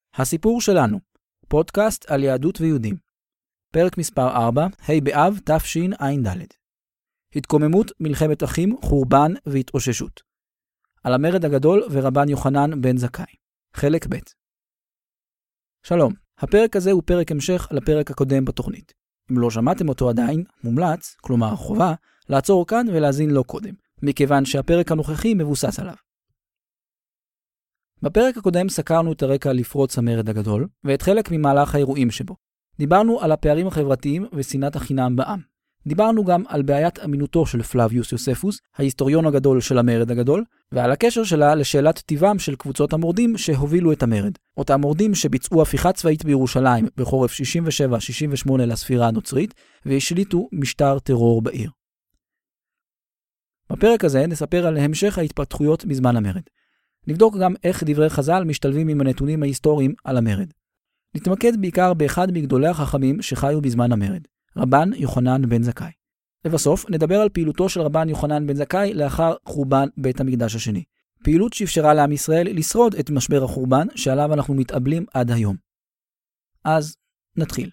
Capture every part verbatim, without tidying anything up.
הסיפור שלנו, פודקאסט על יהדות ויהודים. פרק מספר ארבע, ה' באב תשע"ד. התקוממות מלחמת אחים, חורבן והתאוששות. על המרד הגדול ורבן יוחנן בן זכאי. חלק ב'. שלום, הפרק הזה הוא פרק המשך לפרק הקודם בתוכנית. אם לא שמעתם אותו עדיין, מומלץ, כלומר חובה, לעצור כאן ולהזין לו קודם, מכיוון שהפרק הנוכחי מבוסס עליו. בפרק הקודם סקרנו את הרקע לפרוץ המרד הגדול, ואת חלק ממהלך האירועים שבו. דיברנו על הפערים החברתיים ושנאת החינם בעם. דיברנו גם על בעיית אמינותו של פלביוס יוספוס, ההיסטוריון הגדול של המרד הגדול, ועל הקשר שלה לשאלת טבעם של קבוצות המורדים שהובילו את המרד. אותם מורדים שביצעו הפיכה צבאית בירושלים בחורף שישים ושבע שישים ושמונה לספירה הנוצרית, והשליטו משטר טרור בעיר. בפרק הזה נספר על המשך ההתפתחויות בזמן המרד. נבדוק גם איך דברי חז"ל משתלבים עם הנתונים ההיסטוריים על המרד. נתמקד בעיקר באחד מגדולי החכמים שחיו בזמן המרד, רבן יוחנן בן זכאי. לבסוף נדבר על פעילותו של רבן יוחנן בן זכאי לאחר חורבן בית המקדש השני. פעילות שאפשרה לעם ישראל לשרוד את משבר החורבן שעליו אנחנו מתאבלים עד היום. אז נתחיל.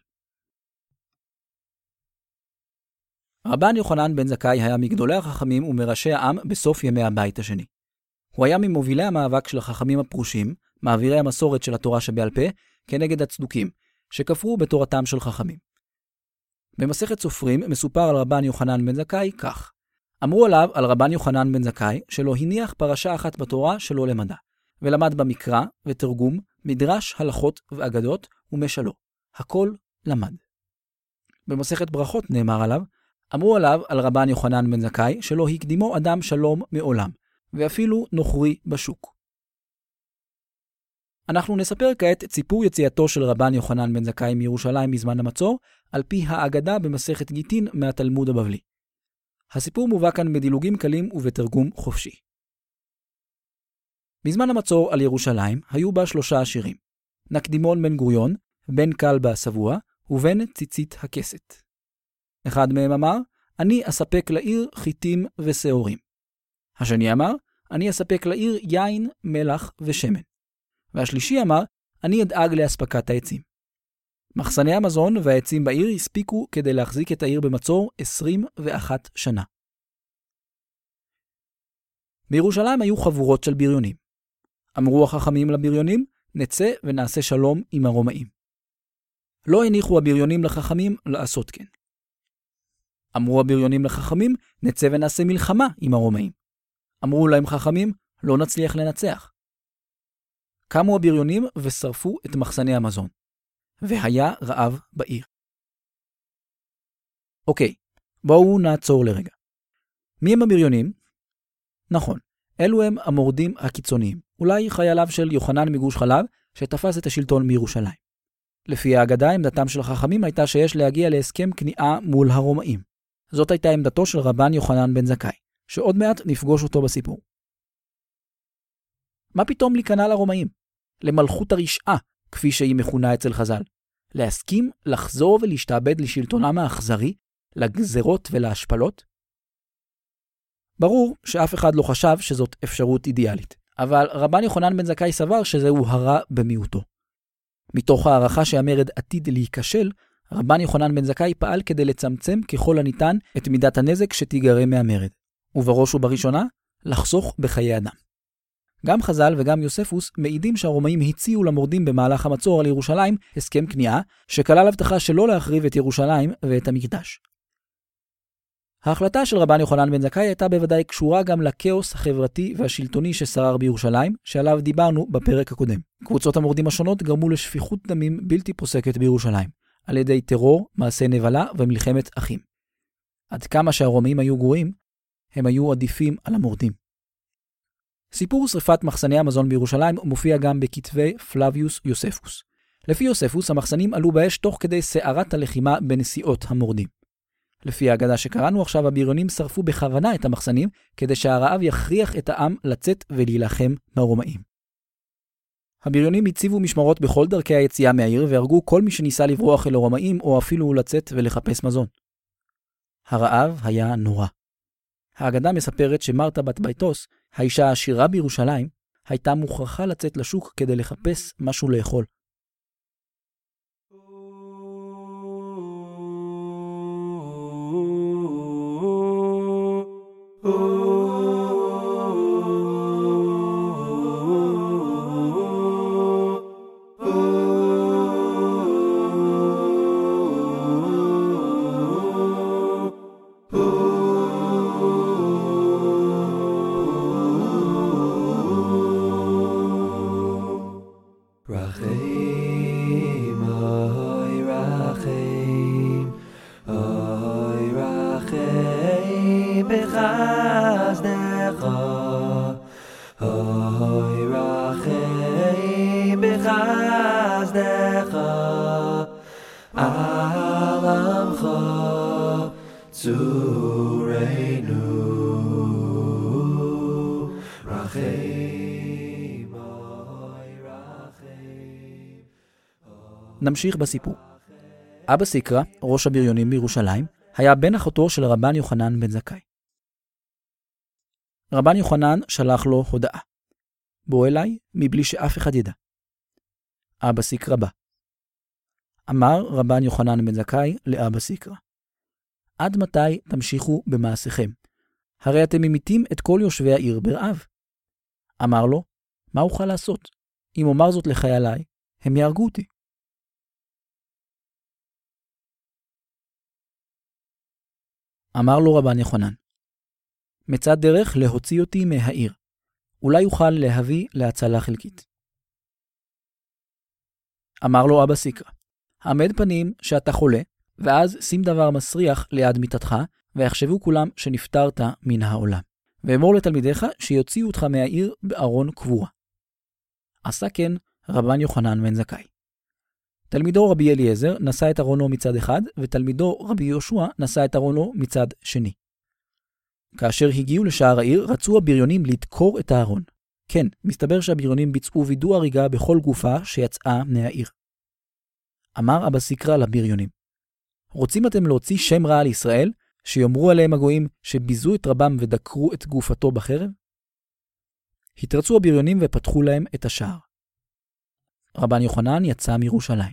רבן יוחנן בן זכאי היה מגדולי החכמים ומראשי העם בסוף ימי הבית השני. הוא היה ממובילי המאבק של החכמים הפרושים, מעבירי המסורת של התורה שבעל פה, כנגד הצדוקים, שכפרו בתורתם של חכמים. במסכת סופרים מסופר על רבן יוחנן בן זכאי כך: אמרו עליו, על רבן יוחנן בן זכאי, שלא הניח פרשה אחת בתורה שלא למדה, ולמד במקרא ותרגום, מדרש, הלכות ואגדות ומשלו. הכל למד. במסכת ברכות נאמר עליו, אמרו עליו, על רבן יוחנן בן זכאי, שלא הקדימו אדם שלום מעולם, ואפילו נוכרי בשוק. אנחנו נספר כעת את סיפור יציאתו של רבן יוחנן בן זכאי מירושלים בזמן המצור, על פי האגדה במסכת גיטין מהתלמוד הבבלי. הסיפור מובא כאן בדילוגים קלים ובתרגום חופשי. בזמן המצור על ירושלים היו בה שלושה עשירים, נקדימון בן גוריון, בן כלבא השבוע ובן ציצית הכסת. אחד מהם אמר, אני אספק לעיר חיטים ושעורים. השני אמר, אני אספק לעיר יין, מלח ושמן. והשלישי אמר, אני אדאג להספקת העצים. מחסני המזון והעצים בעיר הספיקו כדי להחזיק את העיר במצור עשרים ואחת שנה. בירושלים היו חבורות של בריונים. אמרו החכמים לבריונים, נצא ונעשה שלום עם הרומאים. לא הניחו הבריונים לחכמים לעשות כן. אמרו הבריונים לחכמים, נצא ונעשה מלחמה עם הרומאים. אמרו להם חכמים, לא נצליח לנצח. קמו הבריונים ושרפו את מחסני המזון. והיה רעב בעיר. אוקיי, בואו נעצור לרגע. מי הם הבריונים? נכון, אלו הם המורדים הקיצוניים, אולי חייליו של יוחנן מגוש חלב, שתפס את השלטון מירושלים. לפי האגדה, עמדתם של החכמים הייתה שיש להגיע להסכם כניעה מול הרומאים. זאת הייתה עמדתו של רבן יוחנן בן זכאי, שעוד מעט נפגוש אותו בסיפור. מה פתאום להיכנע לרומאים? למלכות הרשעה, כפי שהיא מכונה אצל חז"ל. להסכים לחזור ולהשתעבד לשלטונם האכזרי, לגזרות ולהשפלות? ברור שאף אחד לא חשב שזאת אפשרות אידיאלית, אבל רבן יוחנן בן זכאי סבר שזהו הרע במיעוטו. מתוך הערכה שהמרד עתיד להיכשל, רבן יוחנן בן זכאי פעל כדי לצמצם ככל הניתן את מידת הנזק שתיגרם מהמרד, ובראש ובראשונה, לחסוך בחיי אדם. גם חז"ל וגם יוספוס מעידים שהרומאים הציעו למורדים במהלך המצור על ירושלים הסכם כניעה, שכלל הבטחה שלא להחריב את ירושלים ואת המקדש. ההחלטה של רבן יוחנן בן זכאי הייתה בוודאי קשורה גם לכאוס החברתי והשלטוני ששרר בירושלים, שעליו דיברנו בפרק הקודם. קבוצות המורדים השונות גרמו לשפיכות דמים בלתי פוסקת בירושלים, על ידי טרור, מעשי נבלה ומלחמת אחים. עד כמה שהרומאים היו גרועים, הם היו עדיפים על המורדים. סיפור שריפת מחסני המזון בירושלים מופיע גם בכתבי פלביוס יוספוס. לפי יוספוס, המחסנים עלו באש תוך כדי סערת הלחימה בנסיעות המורדים. לפי האגדה שקראנו עכשיו, הבריונים שרפו בכוונה את המחסנים, כדי שהרעב יכריח את העם לצאת ולהילחם ברומאים. הבריונים הציבו משמרות בכל דרכי היציאה מהעיר, והרגו כל מי שניסה לברוח אל הרומאים, או אפילו לצאת ולחפש מזון. הרעב היה נורא. האגדה מספרת שמרתה בת ביתוס, האישה העשירה בירושלים, הייתה מוכרחה לצאת לשוק כדי לחפש משהו לאכול, נמשיך בסיפור. אבא סיקרא, ראש הבריונים בירושלים, היה בן אחותו של רבן יוחנן בן זכאי. רבן יוחנן שלח לו הודעה. בוא אליי מבלי שאף אחד ידע. אבא סיקרא בא. אמר רבן יוחנן בן זכאי לאבא סיקרא. עד מתי תמשיכו במעשיכם? הרי אתם ממיתים את כל יושבי העיר ברעב. אמר לו, מה אוכל לעשות? אם אומר זאת לחייליי, הם יהרגו אותי. אמר לו רבן יוחנן, מצא דרך להוציא אותי מהעיר. אולי יוכל להביא להצלה חלקית. אמר לו אבא סיקרא, עמד פנים שאתה חולה, ואז שים דבר מסריח ליד מיטתך, ויחשבו כולם שנפטרת מן העולם. ואמור לתלמידיך שיוציאו אותך מהעיר בארון קבורה. עשה כן רבן יוחנן בן זכאי. תלמידו רבי אליעזר נשא את ארונו מצד אחד, ותלמידו רבי יהושע נשא את ארונו מצד שני. כאשר הגיעו לשער העיר, רצו הבריונים לדקור את הארון. כן, מסתבר שהבריונים ביצעו וידוא הריגה בכל גופה שיצאה מהעיר. אמר אבא סיקרא לבריונים, רוצים אתם להוציא שם רע על ישראל, שיאמרו עליהם הגויים שביזו את רבם ודקרו את גופתו בחרב? התרצו הבריונים ופתחו להם את השער. רבן יוחנן יצא מירושלים.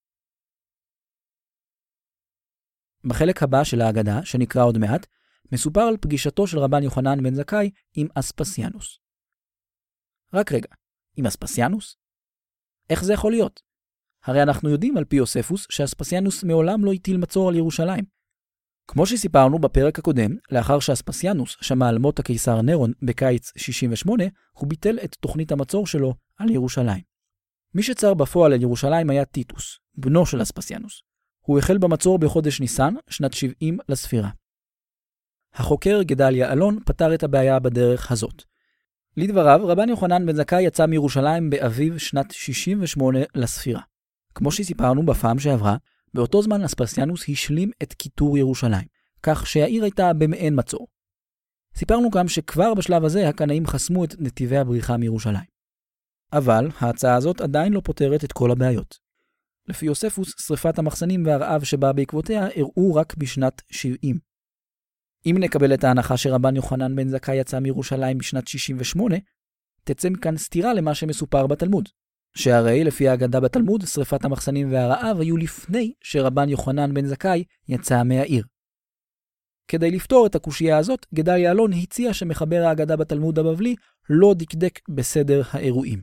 בחלק הבא של ההגדה, שנקרא עוד מעט, מסופר על פגישתו של רבן יוחנן בן זכאי עם אספסיאנוס. רק רגע, עם אספסיאנוס? איך זה יכול להיות? הרי אנחנו יודעים על פי יוספוס שאספסיאנוס מעולם לא הטיל מצור על ירושלים. כמו שסיפרנו בפרק הקודם, לאחר שאספסיאנוס שמע על מות הקיסר נרון בקיץ שישים ושמונה, הוא ביטל את תוכנית המצור שלו על ירושלים. מי שצר בפועל על ירושלים היה טיטוס, בנו של אספסיאנוס. הוא החל במצור בחודש ניסן, שנת שבעים לספירה. החוקר גדליה אלון פתר את הבעיה בדרך הזאת. לדבריו, רבן יוחנן בן זכאי יצא מירושלים באביב שנת שישים ושמונה לספירה. כמו שסיפרנו בפעם שעברה, באותו זמן אספסיאנוס השלים את כיתור ירושלים, כך שהעיר הייתה במעין מצור. סיפרנו גם שכבר בשלב הזה הקנאים חסמו את נתיבי הבריחה מירושלים. אבל ההצעה הזאת עדיין לא פותרת את כל הבעיות. לפי יוספוס, שריפת המחסנים והרעב שבא בעקבותיה אירעו רק בשנת שבעים. אם נקבל את ההנחה שרבן יוחנן בן זכאי יצא מירושלים בשנת שישים ושמונה, תצא מכאן סתירה למה שמסופר בתלמוד. שהרי לפי ההגדה בתלמוד, שריפת המחסנים והרעב היו לפני שרבן יוחנן בן זכאי יצא מהעיר. כדי לפתור את הקושייה הזאת, גדליה אלון הציע שמחבר ההגדה בתלמוד הבבלי לא דקדק בסדר האירועים.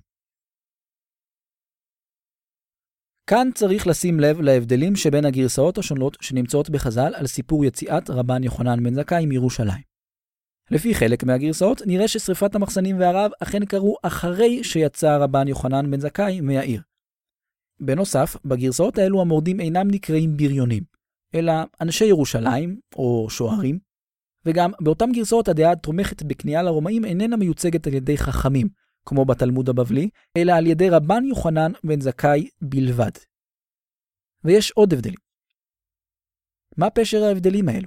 כאן צריך לשים לב להבדלים שבין הגרסאות השונות שנמצאות בחז"ל על סיפור יציאת רבן יוחנן בן זכאי מירושלים. לפי חלק מהגרסאות נראה ששריפת המחסנים והרעב אכן קרו אחרי שיצא רבן יוחנן בן זכאי מהעיר. בנוסף, בגרסאות האלו המורדים אינם נקראים בריונים, אלא אנשי ירושלים או שוערים, וגם באותם גרסאות הדעה התומכת בכניעה לרומאים איננה מיוצגת על ידי חכמים, כמו בתלמוד הבבלי, אלא על ידי רבן יוחנן בן זכאי בלבד. ויש עוד הבדלים. מה פשר ההבדלים האלו?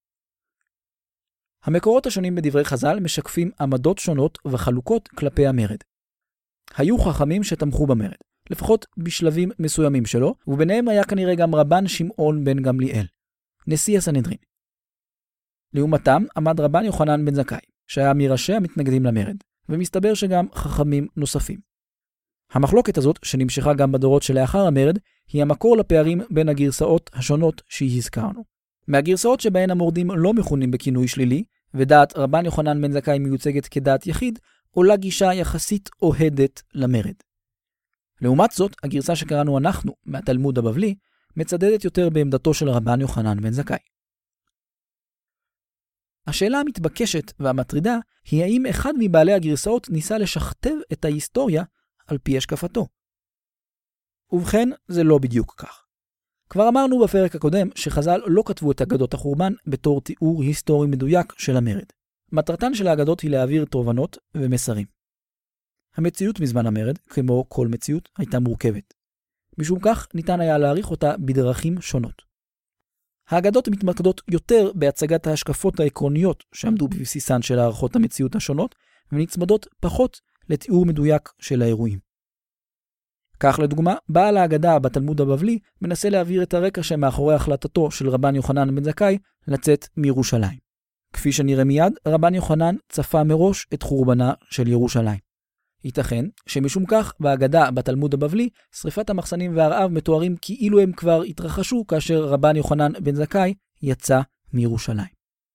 המקורות השונים בדברי חז"ל משקפים עמדות שונות וחלוקות כלפי המרד. היו חכמים שתמכו במרד, לפחות בשלבים מסוימים שלו, וביניהם היה כנראה גם רבן שמעון בן גמליאל, נשיא הסנהדרין. לעומתם עמד רבן יוחנן בן זכאי, שהיה מראשי המתנגדים למרד, ומסתבר שגם חכמים נוספים. המחלוקת הזאת, שנמשכה גם בדורות שלאחר המרד, היא המקור לפערים בין הגרסאות השונות שהזכרנו. מהגרסאות שבהן המורדים לא מכונים בכינוי שלילי, ודעת רבן יוחנן בן זכאי מיוצגת כדעת יחיד, עולה גישה יחסית אוהדת למרד. לעומת זאת, הגרסה שקראנו אנחנו מהתלמוד הבבלי, מצדדת יותר בעמדתו של רבן יוחנן בן זכאי. השאלה המתבקשת והמטרידה היא האם אחד מבעלי הגרסאות ניסה לשכתב את ההיסטוריה על פי השקפתו. ובכן, זה לא בדיוק כך. כבר אמרנו בפרק הקודם שחז"ל לא כתבו את אגדות החורבן בתור תיאור היסטורי מדויק של המרד. מטרתן של האגדות היא להעביר תובנות ומסרים. המציאות בזמן המרד, כמו כל מציאות, הייתה מורכבת. משום כך ניתן היה להעריך אותה בדרכים שונות. האגדות מתמקדות יותר בהצגת ההשקפות העקרוניות שעמדו בבסיסן של הערכות המציאות השונות, ונצמדות פחות לתיאור מדויק של האירועים. כך לדוגמה, בעל האגדה בתלמוד הבבלי מנסה להעביר את הרקע שמאחורי החלטתו של רבן יוחנן בן זכאי לצאת מירושלים. כפי שנראה מיד, רבן יוחנן צפה מראש את חורבנה של ירושלים. ייתכן שמשום כך בהגדה בתלמוד הבבלי, שריפת המחסנים והרעב מתוארים כאילו הם כבר התרחשו כאשר רבן יוחנן בן זכאי יצא מירושלים.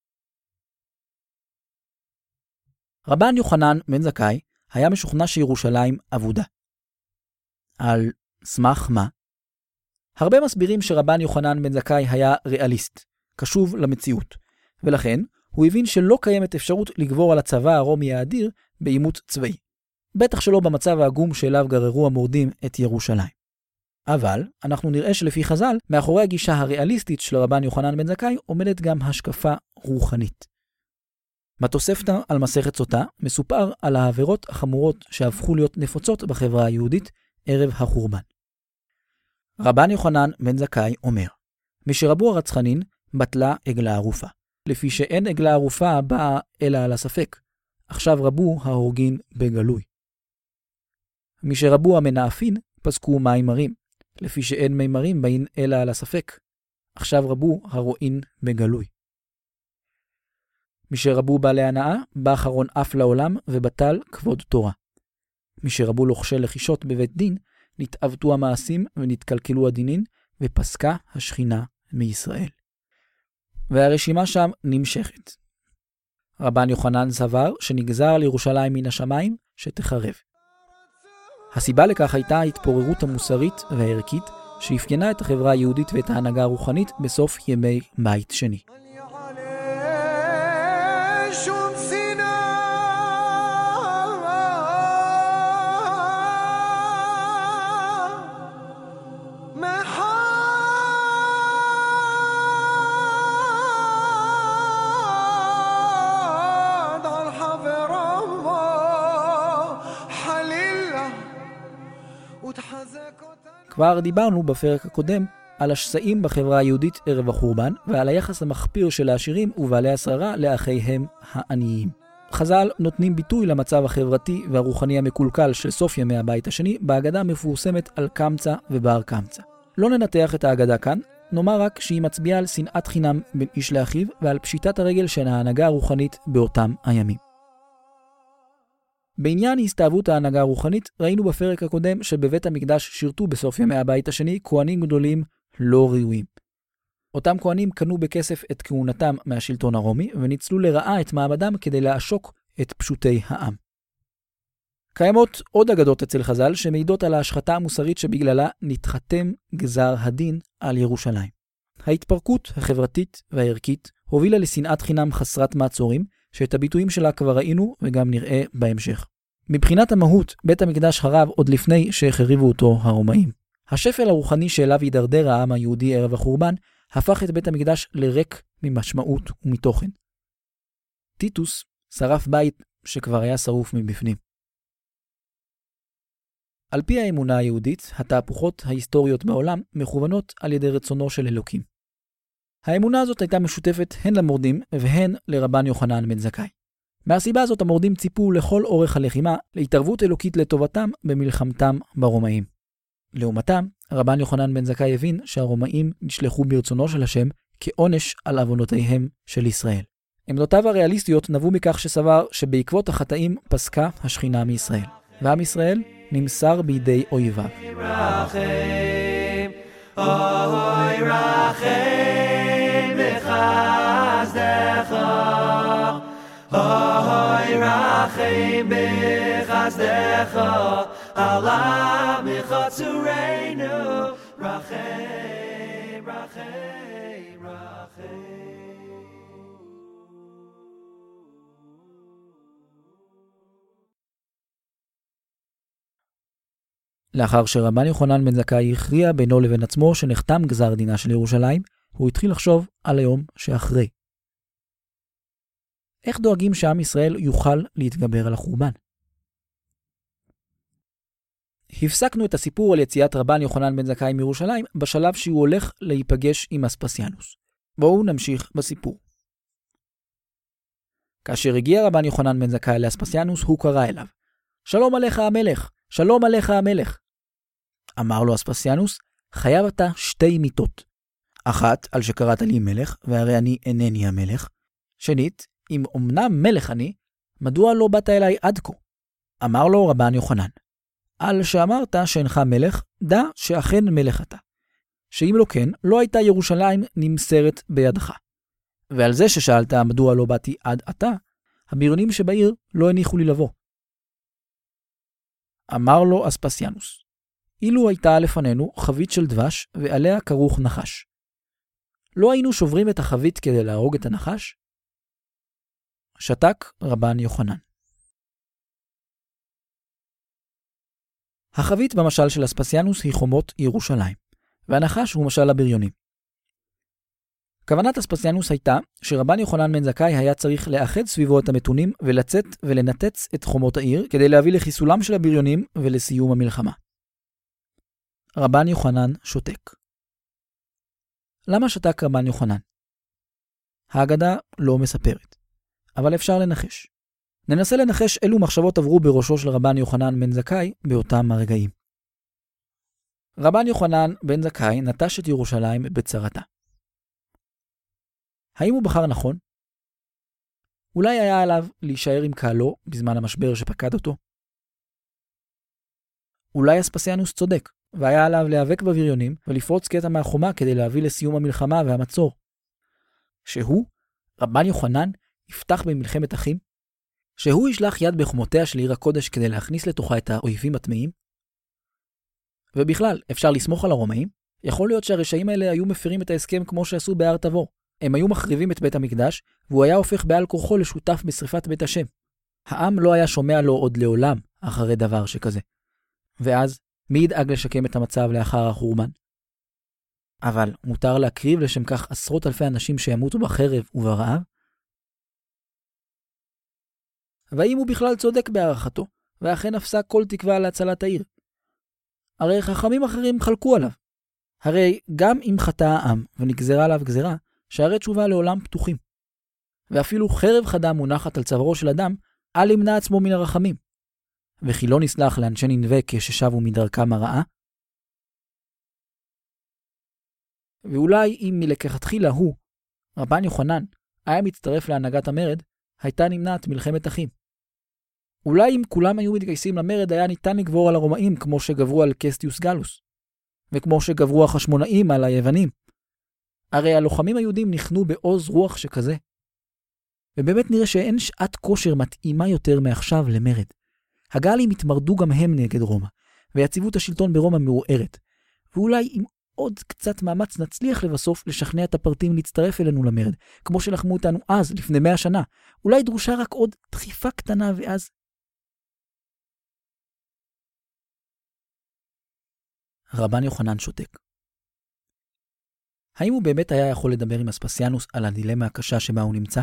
רבן יוחנן בן זכאי היה משוכנע שירושלים אבודה. על סמך מה? הרבה מסבירים שרבן יוחנן בן זכאי היה ריאליסט, קשוב למציאות, ולכן הוא הבין שלא קיימת אפשרות לגבור על הצבא הרומי האדיר בעימות צבאי. בטח שלא במצב העגום שאליו גררו המורדים את ירושלים. אבל אנחנו נראה שלפי חז"ל, מאחורי הגישה הריאליסטית של רבן יוחנן בן זכאי עומדת גם השקפה רוחנית. בתוספתא על מסכת סוטה מסופר על העבירות החמורות שהפכו להיות נפוצות בחברה היהודית ערב החורבן. רבן יוחנן בן זכאי אומר, משרבו הרצחנין בטלה עגלה ערופה, לפי שאין עגלה ערופה הבאה אלא על הספק, עכשיו רבו ההורגין בגלוי. משרבו המנאפין פסקו מים מרים, לפי שאין מי מרים באין אלא על הספק, עכשיו רבו הרואין בגלוי. משרבו בעלי הנאה, בא אחרון אף לעולם ובטל כבוד תורה. משרבו לוחשי לחישות בבית דין, נתעוותו המעשים ונתקלקלו הדינין, ופסקה השכינה מישראל. והרשימה שם נמשכת. רבן יוחנן סבר שנגזר על ירושלים מן השמיים שתחרב. הסיבה לכך הייתה ההתפוררות המוסרית והערכית שאפיינה את החברה היהודית ואת ההנהגה הרוחנית בסוף ימי בית שני. כבר דיברנו בפרק הקודם על השסעים בחברה היהודית ערב החורבן ועל היחס המחפיר של העשירים ובעלי השררה לאחיהם העניים. חז"ל נותנים ביטוי למצב החברתי והרוחני המקולקל של סוף ימי הבית השני בהגדה מפורסמת על קמצא ובר קמצא. לא ננתח את ההגדה כאן, נאמר רק שהיא מצביעה על שנאת חינם בין איש לאחיו ועל פשיטת הרגל של ההנהגה הרוחנית באותם הימים. בעניין הסתאבות ההנהגה הרוחנית, ראינו בפרק הקודם שבבית המקדש שירתו בסוף ימי הבית השני כהנים גדולים לא ראויים. אותם כהנים קנו בכסף את כהונתם מהשלטון הרומי, וניצלו לרעה את מעמדם כדי לעשוק את פשוטי העם. קיימות עוד אגדות אצל חז"ל שמעידות על ההשחתה המוסרית שבגללה נתחתם גזר הדין על ירושלים. ההתפרקות החברתית והערכית הובילה לשנאת חינם חסרת מעצורים, שאת הביטויים שלה כבר ראינו וגם נראה בהמשך. מבחינת המהות, בית המקדש חרב עוד לפני שהחריבו אותו הרומאים. השפל הרוחני שאליו הידרדר העם היהודי ערב החורבן, הפך את בית המקדש לריק ממשמעות ומתוכן. טיטוס שרף בית שכבר היה שרוף מבפנים. על פי האמונה היהודית, התהפוכות ההיסטוריות בעולם מכוונות על ידי רצונו של אלוקים. האמונה הזאת הייתה משותפת הן למורדים והן לרבן יוחנן בן זכאי. מהסיבה הזאת המורדים ציפו לכל אורך הלחימה להתערבות אלוקית לטובתם במלחמתם ברומאים. לעומתם, רבן יוחנן בן זכאי הבין שהרומאים נשלחו ברצונו של השם כעונש על עוונותיהם של ישראל. עמדותיו הריאליסטיות נבעו מכך שסבר שבעקבות החטאים פסקה השכינה מישראל, ועם ישראל נמסר בידי אויביו. אוי רחם וחסדך Hoy rachem bechazdecha Ala mechatzureinu Rachem, rachem, rachem לאחר שרבן יוחנן בן זכאי הכריע בינו לבין עצמו שנחתם גזר דינה של ירושלים, הוא התחיל לחשוב על היום שאחרי. איך דואגים שעם ישראל יוכל להתגבר על החורבן? הפסקנו את הסיפור על יציאת רבן יוחנן בן זכאי מירושלים בשלב שהוא הולך להיפגש עם אספסיאנוס. בואו נמשיך בסיפור. כאשר הגיע רבן יוחנן בן זכאי לאספסיאנוס, הוא קרא אליו, שלום עליך המלך, שלום עליך המלך. אמר לו אספסיאנוס, חייב אתה שתי מיתות. אחת, על שקראת לי מלך, והרי אני אינני המלך. שנית, אם אמנם מלך אני, מדוע לא באת אליי עד כה? אמר לו רבן יוחנן, על שאמרת שאינך מלך, דע שאכן מלך אתה. שאם לא כן, לא הייתה ירושלים נמסרת בידך. ועל זה ששאלת מדוע לא באתי עד עתה, הבריונים שבעיר לא הניחו לי לבוא. אמר לו אספסיאנוס, אילו הייתה לפנינו חבית של דבש ועליה כרוך נחש. לא היינו שוברים את החבית כדי להרוג את הנחש? שתק רבן יוחנן. החבית במשל של אספסיאנוס היא חומות ירושלים, והנחש הוא משל הבריונים. כוונת אספסיאנוס הייתה שרבן יוחנן בן זכאי היה צריך לאחד סביבו את המתונים ולצאת ולנתץ את חומות העיר כדי להביא לחיסולם של הבריונים ולסיום המלחמה. רבן יוחנן שותק. למה שתק רבן יוחנן? ההגדה לא מספרת, אבל אפשר לנחש. ננסה לנחש אילו מחשבות עברו בראשו של רבן יוחנן בן זכאי באותם הרגעים. רבן יוחנן בן זכאי נטש את ירושלים בצרתה. האם הוא בחר נכון? אולי היה עליו להישאר עם קהלו בזמן המשבר שפקד אותו? אולי אספסיאנוס צודק, והיה עליו להיאבק בבריונים ולפרוץ קטע מהחומה כדי להביא לסיום המלחמה והמצור. שהוא, רבן יוחנן, יפתח במלחמת אחים? שהוא ישלח יד בחומותיה של עיר הקודש כדי להכניס לתוכה את האויבים הטמאים? ובכלל, אפשר לסמוך על הרומאים? יכול להיות שהרשעים האלה היו מפרים את ההסכם כמו שעשו בהר תבור. הם היו מחריבים את בית המקדש, והוא היה הופך בעל כורחו לשותף בשריפת בית השם. העם לא היה שומע לו עוד לעולם אחרי דבר שכזה. ואז, מי ידאג לשקם את המצב לאחר החורבן? אבל מותר להקריב לשם כך עשרות אלפי אנשים שימותו בחרב וברעב? והאם הוא בכלל צודק בהערכתו, ואכן אפסק כל תקווה להצלת העיר? הרי חכמים אחרים חלקו עליו. הרי גם אם חטא העם ונגזרה עליו גזרה, שערי תשובה לעולם פתוחים. ואפילו חרב חדה מונחת על צווארו של אדם, אל ימנע עצמו מן הרחמים. וכי לא נסלח לאנשי נינווה כששבו מדרכם הרעה? ואולי אם מלכתחילה הוא, רבן יוחנן, היה מצטרף להנהגת המרד, הייתה נמנעת מלחמת אחים. אולי אם כולם היו מתגייסים למרד, היה ניתן לגבור על הרומאים כמו שגברו על קסטיוס גלוס, וכמו שגברו החשמונאים על היוונים. הרי הלוחמים היהודים נכנו בעוז רוח שכזה. ובאמת נראה שאין שעת כושר מתאימה יותר מעכשיו למרד. הגלים התמרדו גם הם נגד רומא, ויציבות השלטון ברומא מעורערת. ואולי עם עוד קצת מאמץ נצליח לבסוף לשכנע את הפרטים להצטרף אלינו למרד, כמו שלחמו אותנו אז, לפני מאה שנה. אולי דרושה רק עוד דחיפה קטנה ואז... רבן יוחנן שותק. האם הוא באמת היה יכול לדבר עם אספסיאנוס על הדילמה הקשה שבה הוא נמצא?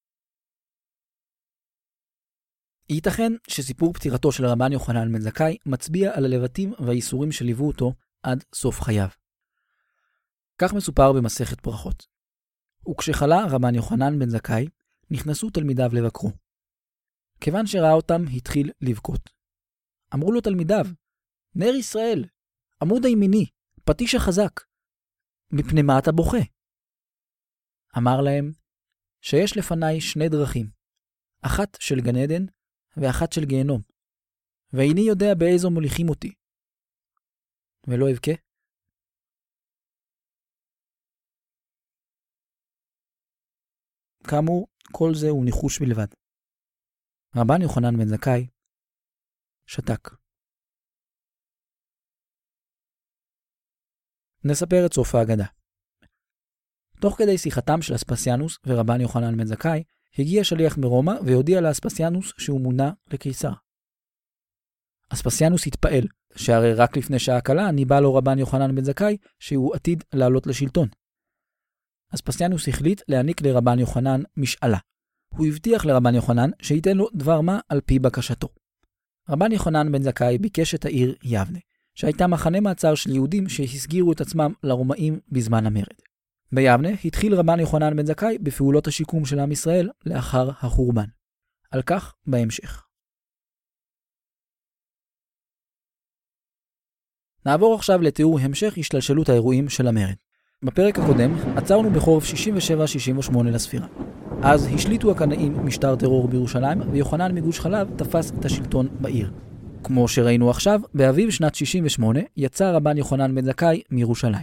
ייתכן שסיפור פטירתו של רבן יוחנן בן זכאי מצביע על הלבטים והאיסורים שליוו אותו עד סוף חייו. כך מסופר במסכת ברכות. וכשחלה רבן יוחנן בן זכאי, נכנסו תלמידיו לבקרו. כיוון שראה אותם, התחיל לבכות. אמרו לו תלמידיו, נר ישראל, עמוד הימיני, פטיש החזק, מפני מה אתה בוכה? אמר להם, שיש לפניי שני דרכים, אחת של גן עדן ואחת של גיהנום, ואיני יודע באיזו מוליכים אותי. ולא אבכה? כאמור, כל זה הוא ניחוש בלבד. רבן יוחנן בן זכאי שתק. נספר את סוף האגדה. תוך כדי שיחתם של אספסיאנוס ורבן יוחנן בן זכאי, הגיע שליח מרומא והודיע לאספסיאנוס שהוא מונה לקיסר. אספסיאנוס התפעל, שהרי רק לפני שעה קלה ניבא לו רבן יוחנן בן זכאי שהוא עתיד לעלות לשלטון. אספסיאנוס החליט להעניק לרבן יוחנן משאלה. הוא הבטיח לרבן יוחנן שייתן לו דבר מה על פי בקשתו. רבן יוחנן בן זכאי ביקש את העיר יבנה, שהייתה מחנה מעצר של יהודים שהסגירו את עצמם לרומאים בזמן המרד. ביבנה התחיל רבן יוחנן בן זכאי בפעולות השיקום של עם ישראל לאחר החורבן. על כך בהמשך. נעבור עכשיו לתיאור המשך השתלשלות האירועים של המרד. בפרק הקודם עצרנו בחורף שישים ושבע שישים ושמונה לספירה. אז השליטו הקנאים משטר טרור בירושלים, ויוחנן מגוש חלב תפס את השלטון בעיר. כמו שראינו עכשיו, באביב שנת שישים ושמונה יצא רבן יוחנן בן זכאי מירושלים.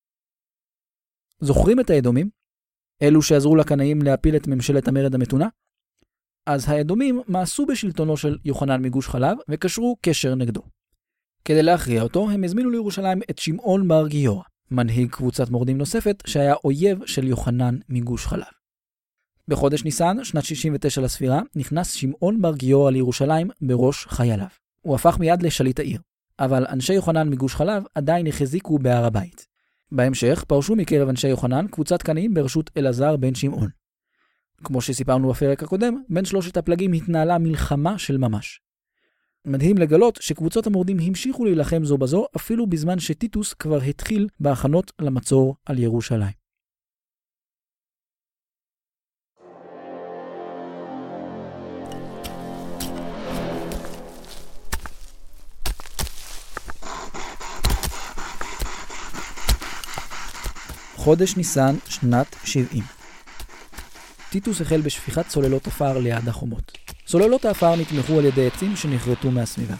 זוכרים את האדומים? אלו שעזרו לקנאים להפיל את ממשלת המרד המתונה? אז האדומים מעשו בשלטונו של יוחנן מגוש חלב וקשרו קשר נגדו. כדי להכריע אותו, הם הזמינו לירושלים את שמעון בר גיורא, מנהיג קבוצת מורדים נוספת שהיה אויב של יוחנן מגוש חלב. בחודש ניסן, שנת שישים ותשע לספירה, נכנס שמעון בר גיורא לירושלים בראש חייליו. הוא הפך מיד לשליט העיר, אבל אנשי יוחנן מגוש חלב עדיין החזיקו בהר הבית. בהמשך פרשו מקרב אנשי יוחנן קבוצת קנאים בראשות אלעזר בן שמעון. כמו שסיפרנו בפרק הקודם, בין שלושת הפלגים התנהלה מלחמה של ממש. מדהים לגלות שקבוצות המורדים המשיכו להילחם זו בזו אפילו בזמן שטיטוס כבר התחיל בהכנות למצור על ירושלים. חודש ניסן שנת שבעים. טיטוס החל בשפיכת סוללות אפר ליד החומות. סוללות האפר נתמכו על ידי עצים שנחרטו מהסביבה.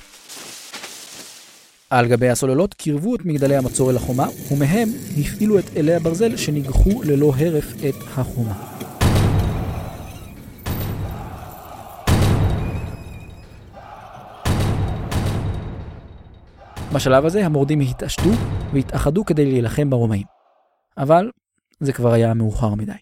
על גבי הסוללות קירבו את מגדלי המצור אל החומה, ומהם הפעילו את אלי הברזל שניגחו ללא הרף את החומה. בשלב הזה המורדים התעשתו והתאחדו כדי להילחם ברומאים. אבל זה כבר היה מאוחר מדי.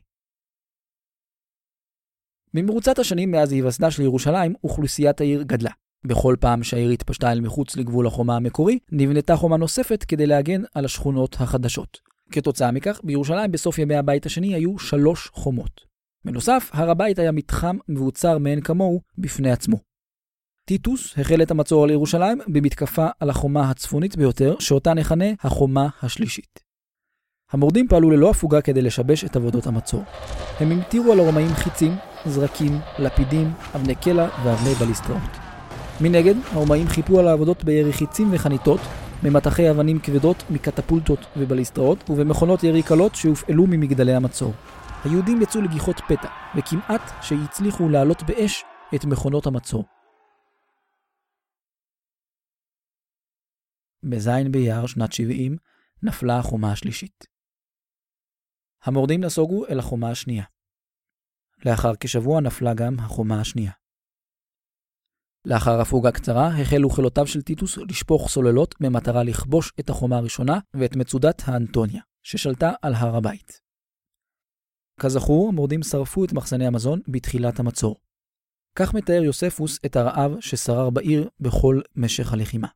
במרוצת השנים מאז היווסדה של ירושלים, אוכלוסיית העיר גדלה. בכל פעם שהעיר התפשטה אל מחוץ לגבול החומה המקורי, נבנתה חומה נוספת כדי להגן על השכונות החדשות. כתוצאה מכך, בירושלים בסוף ימי הבית השני היו שלוש חומות. בנוסף, הר הבית היה מתחם מבוצר מעין כמוהו בפני עצמו. טיטוס החל את המצור על ירושלים במתקפה על החומה הצפונית ביותר, שאותה נכנה החומה השלישית. המורדים פעלו ללא הפוגה כדי לשבש את עבודות המצור. הם המטירו על הרומאים חיצים, זרקים, לפידים, אבני קלע ואבני בליסטראות. מנגד, הרומאים חיפו על העבודות בירי חיצים וחניתות, ממתחי אבנים כבדות, מקטפולטות ובליסטראות, ובמכונות ירי קלות שהופעלו ממגדלי המצור. היהודים יצאו לגיחות פתע, וכמעט שהצליחו לעלות באש את מכונות המצור. בזין באייר שנת שבעים נפלה החומה השלישית. המורדים נסוגו אל החומה השנייה. לאחר כשבוע נפלה גם החומה השנייה. לאחר הפוגה קצרה החלו חילותיו של טיטוס לשפוך סוללות במטרה לכבוש את החומה הראשונה ואת מצודת האנטוניה, ששלטה על הר הבית. כזכור, המורדים שרפו את מחסני המזון בתחילת המצור. כך מתאר יוספוס את הרעב ששרר בעיר בכל משך הלחימה.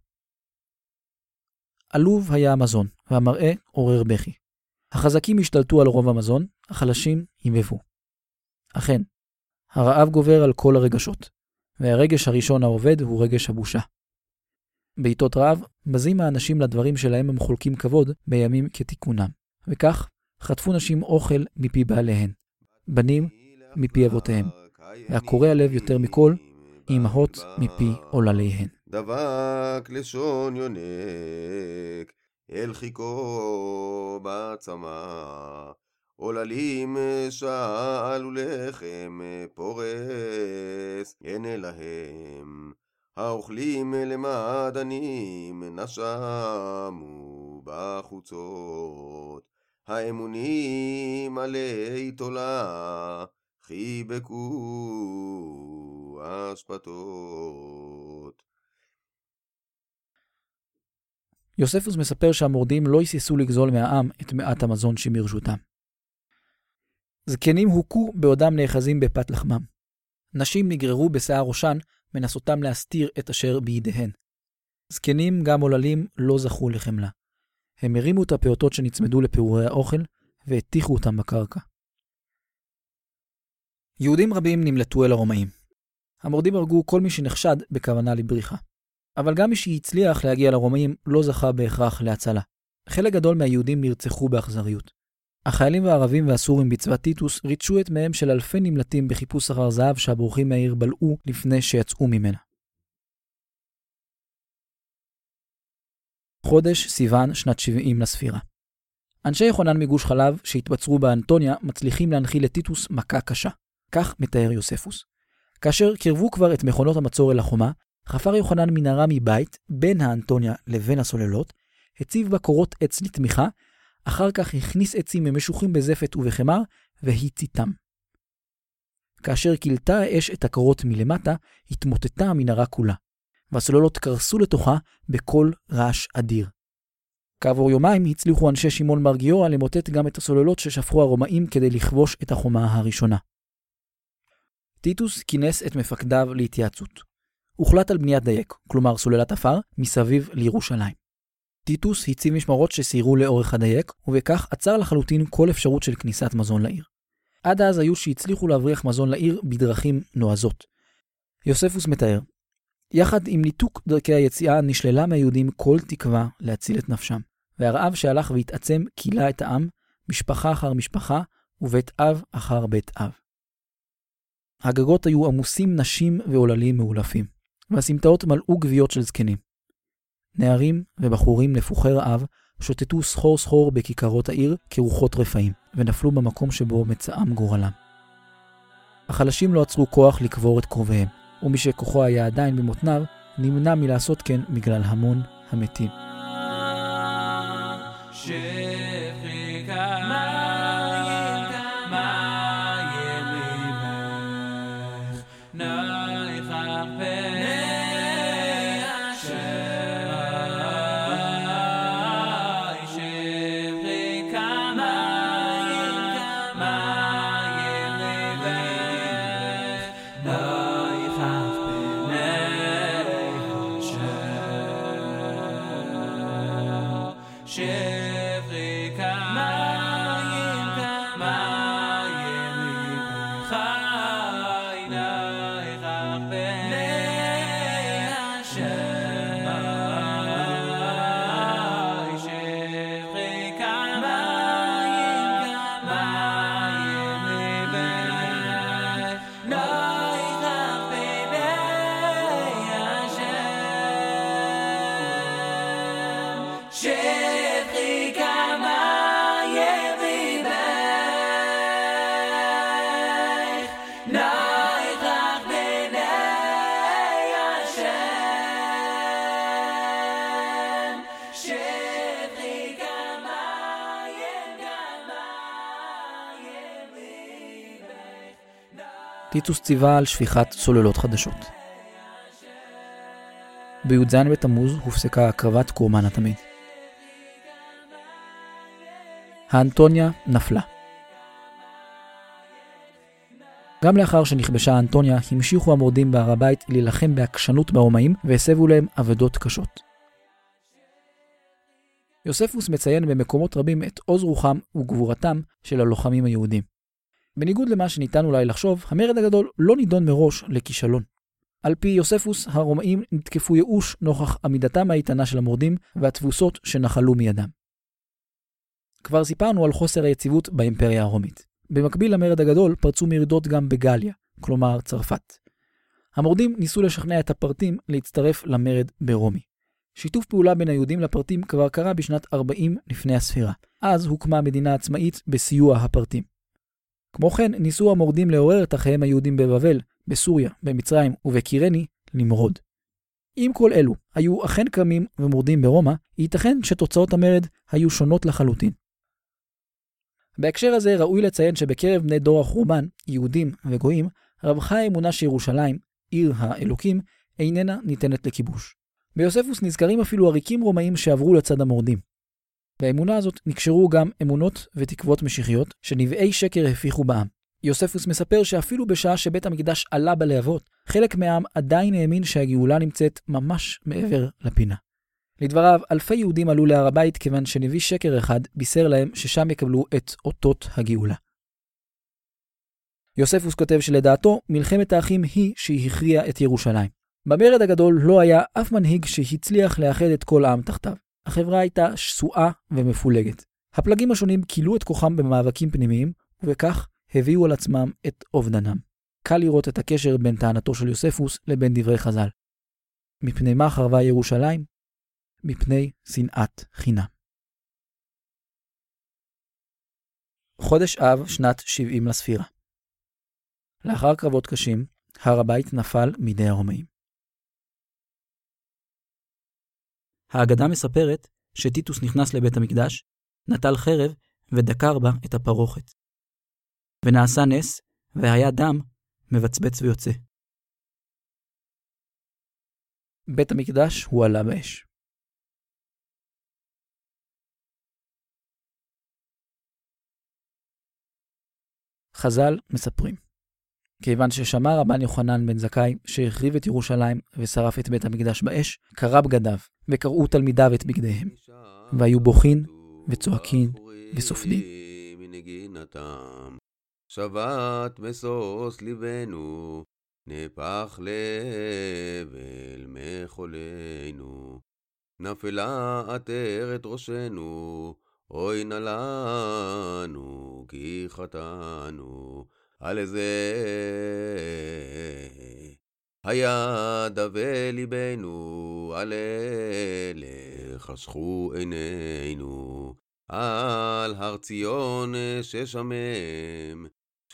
עלוב היה המזון, והמראה עורר בכי. החזקים השתלטו על רוב המזון, החלשים היבבו. אכן, הרעב גובר על כל הרגשות, והרגש הראשון העובד הוא רגש הבושה. בעיתות רעב, בזים האנשים לדברים שלהם הם חולקים כבוד בימים כתיקונם, וכך חטפו נשים אוכל מפי בעליהן, בנים מפי אבותיהם, והקורא הלב יותר מכל, אמהות מפי עולליהן. דבק לשון יונק, אל חיקו בעצמה, עוללים שאלו לחם פורס, הנה להם, האוכלים למעדנים נשמו בחוצות, האמונים עלי תולה חיבקו ובאשפתות. יוספוס מספר שהמורדים לא היססו לגזול מהעם את מעט המזון שמרשותם. זקנים הוכו בעודם נאחזים בפת לחמם. נשים נגררו בשיער ראשן, מנסותם להסתיר את אשר בידיהן. זקנים, גם עוללים, לא זכו לחמלה. הם הרימו את הפעוטות שנצמדו לפירורי האוכל, והטיחו אותם בקרקע. יהודים רבים נמלטו אל הרומאים. המורדים הרגו כל מי שנחשד בכוונה לבריחה. אבל גם מי שהצליח להגיע לרומאים לא זכה בהכרח להצלה. חלק גדול מהיהודים נרצחו באכזריות. החיילים והערבים והסורים בצבא טיטוס ריצ'ו את מהם של אלפי נמלטים בחיפוש אחר זהב שהבורחים מהעיר בלעו לפני שיצאו ממנה. חודש סיוון שנת שבעים לספירה. אנשי יוחנן מגוש חלב שהתבצרו באנטוניה מצליחים להנחיל לטיטוס מכה קשה. כך מתאר יוספוס. כאשר קרבו כבר את מכונות המצור אל החומה, חפר יוחנן מנהרה מבית בין האנטוניה לבין הסוללות, הציב בה קורות עץ לתמיכה, אחר כך הכניס עצים ממשוחים בזפת ובחמר והציתם. כאשר קילתה האש את הקורות מלמטה, התמוטטה המנהרה כולה, והסוללות קרסו לתוכה בכל רעש אדיר. כעבור יומיים הצליחו אנשי שמעון בר גיורא למוטט גם את הסוללות ששפכו הרומאים כדי לכבוש את החומה הראשונה. טיטוס כינס את מפקדיו להתייעצות. הוחלט על בניית דייק, כלומר סוללת אפר, מסביב לירושלים. טיטוס הציב משמרות שסיירו לאורך הדייק, ובכך עצר לחלוטין כל אפשרות של כניסת מזון לעיר. עד אז היו שהצליחו להבריח מזון לעיר בדרכים נועזות. יוספוס מתאר, יחד עם ניתוק דרכי היציאה נשללה מהיהודים כל תקווה להציל את נפשם, והרעב שהלך והתעצם קילה את העם, משפחה אחר משפחה ובית אב אחר בית אב. הגגות היו עמוסים נשים ועוללים מאולפים, והסמטאות מלאו גוויות של זקנים. נערים ובחורים נפוחי רעב שוטטו סחור סחור בכיכרות העיר כרוחות רפאים, ונפלו במקום שבו מצאם גורלם. החלשים לא עצרו כוח לקבור את קרוביהם, ומי שכוחו היה עדיין במותניו, נמנע מלעשות כן בגלל המון המתים. טיטוס ציווה על שפיכת סוללות חדשות. בי"ז בתמוז הופסקה הקרבת קורבן התמיד. האנטוניה נפלה. גם לאחר שנכבשה האנטוניה, המשיכו המורדים בהר הבית להילחם בעקשנות ברומאים והסבו להם עבודות קשות. יוספוס מציין במקומות רבים את עוז רוחם וגבורתם של הלוחמים היהודים. בניגוד למה שניתן אולי לחשוב, המרד הגדול לא נידון מראש לכישלון. על פי יוספוס, הרומאים נתקפו ייאוש נוכח עמידתם האיתנה של המורדים והתבוסות שנחלו מידם. כבר סיפרנו על חוסר היציבות באימפריה הרומית. במקביל למרד הגדול פרצו מרדות גם בגליה, כלומר צרפת. המורדים ניסו לשכנע את הפרטים להצטרף למרד ברומי. שיתוף פעולה בין היהודים לפרטים כבר קרה בשנת ארבעים לפני הספירה. אז הוקמה מדינה עצמאית בסיוע הפרטים. כמו כן, ניסו המורדים לעורר את אחיהם היהודים בבבל, בסוריה, במצרים ובקירני למרוד. אם כל אלו היו אכן קמים ומורדים ברומא, ייתכן שתוצאות המרד היו שונות לחלוטין. בהקשר הזה ראוי לציין שבקרב בני דור החורבן, יהודים וגויים, רווחה האמונה שירושלים, עיר האלוקים, איננה ניתנת לכיבוש. ביוספוס נזכרים אפילו עריקים רומאים שעברו לצד המורדים. באמונה הזאת נקשרו גם אמונות ותקוות משיחיות שנביאי שקר הפיחו בעם. יוספוס מספר שאפילו בשעה שבית המקדש עלה בלהבות, חלק מהעם עדיין האמין שהגאולה נמצאת ממש מעבר לפינה. לדבריו, אלפי יהודים עלו להר הבית כיוון שנביא שקר אחד בישר להם ששם יקבלו את אותות הגאולה. יוספוס כותב שלדעתו מלחמת האחים היא שהכריעה את ירושלים. במרד הגדול לא היה אף מנהיג שהצליח לאחד את כל העם תחתיו. החברה הייתה שסועה ומפולגת. הפלגים השונים קילו את כוחם במאבקים פנימיים, ובכך הביאו על עצמם את אובדנם. קל לראות את הקשר בין טענתו של יוספוס לבין דברי חז"ל. מפני מה חרבה ירושלים? מפני שנאת חינם. חודש אב שנת שבעים לספירה. לאחר קרבות קשים, הר הבית נפל מידי הרומאים. האגדה מספרת שטיטוס נכנס לבית המקדש, נטל חרב ודקר בה את הפרוכת. ונעשה נס, והיה דם מבצבץ ויוצא. בית המקדש הועלה באש. חז"ל מספרים, כיוון ששמע רבן יוחנן בן זכאי שהחריב את ירושלים ושרף את בית המקדש באש, קרע בגדיו וקראו תלמידיו את בגדיהם, והיו בוכין וצועקין וסופדים. שבת משוש ליבנו, נפח לב אל מחולנו, נפלה עטרת ראשנו, אוי נא לנו כי חטאנו. על זה היה דווה ליבנו, על אלה חשכו עינינו, על הר ציון ששמם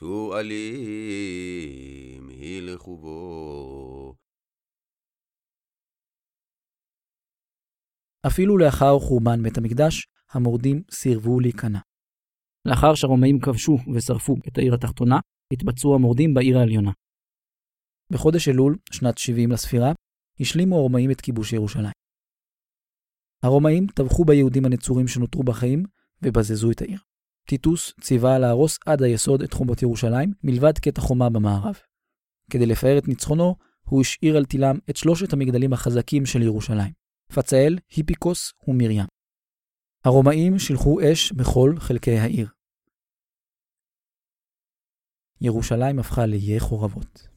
שועלים הילכו בו. אפילו לאחר חורבן בית המקדש, המורדים סירבו להיכנע. לאחר שהרומאים כבשו ושרפו את העיר התחתונה, התבצעו המורדים בעיר העליונה. בחודש אלול, שנת שבעים לספירה, השלימו הרומאים את כיבוש ירושלים. הרומאים טבחו ביהודים הנצורים שנותרו בחיים ובזזו את העיר. טיטוס ציווה להרוס עד היסוד את חומות ירושלים, מלבד קטע חומה במערב. כדי לפאר את ניצחונו, הוא השאיר על תילם את שלושת המגדלים החזקים של ירושלים, פצאל, היפיקוס ומרים. הרומאים שילחו אש בכל חלקי העיר. ירושלים הפכה לאיי חורבות.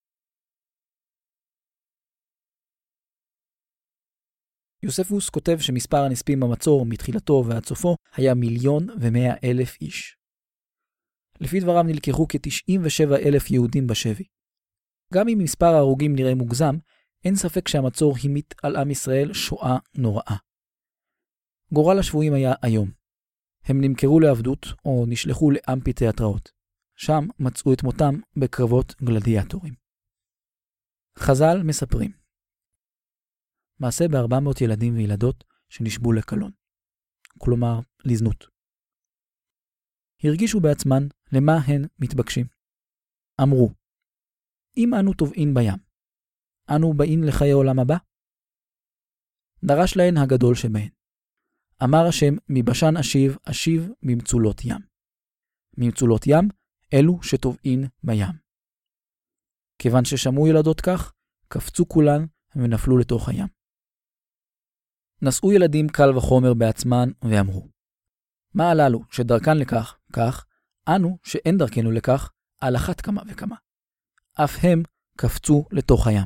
יוספוס כותב שמספר הנספים במצור מתחילתו ועד סופו היה מיליון ומאה אלף איש. לפי דבריו נלקחו כ-תשעים ושבעה אלף יהודים בשבי. גם אם מספר ההרוגים נראה מוגזם, אין ספק שהמצור הימית על עם ישראל שואה נוראה. גורל השבויים היה היום. הם נמכרו לעבדות או נשלחו לאמפיתיאטראות. שם מצאו את מותם בקרבות גלדיאטורים. חז"ל מספרים מעשה ב-ארבע מאות ילדים וילדות שנשבו לקלון, כלומר לזנות. הרגישו בעצמן למה הן מתבקשים. אמרו, אם אנו טובעים בים, אנו באים לחיי עולם הבא? דרש להן הגדול שבהן. אמר השם, מבשן אשיב, אשיב ממצולות ים. ממצולות ים, אלו שטובעים בים. כיוון ששמעו ילדות כך, קפצו כולן ונפלו לתוך הים. נשאו ילדים קל וחומר בעצמן ואמרו, מה הללו שדרכן לכך, כך, אנו שאין דרכנו לכך, על אחת כמה וכמה. אף הם קפצו לתוך הים.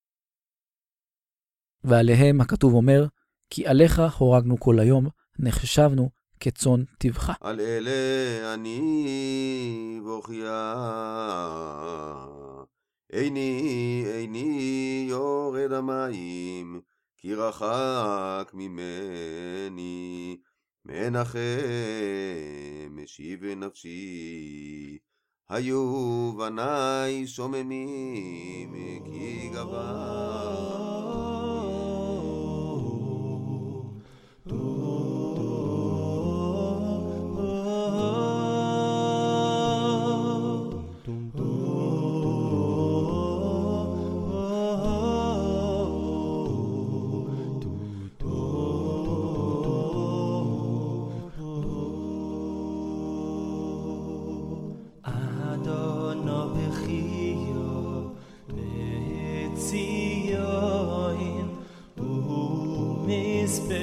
ועליהם הכתוב אומר, כי עליך הורגנו כל היום, נחשבנו כצאן טבחה. על אלה אני בוכיה, איני איני יורד המים, כי רחק ממני, מנחם משיב נפשי, היו בניי שוממים כי גבר.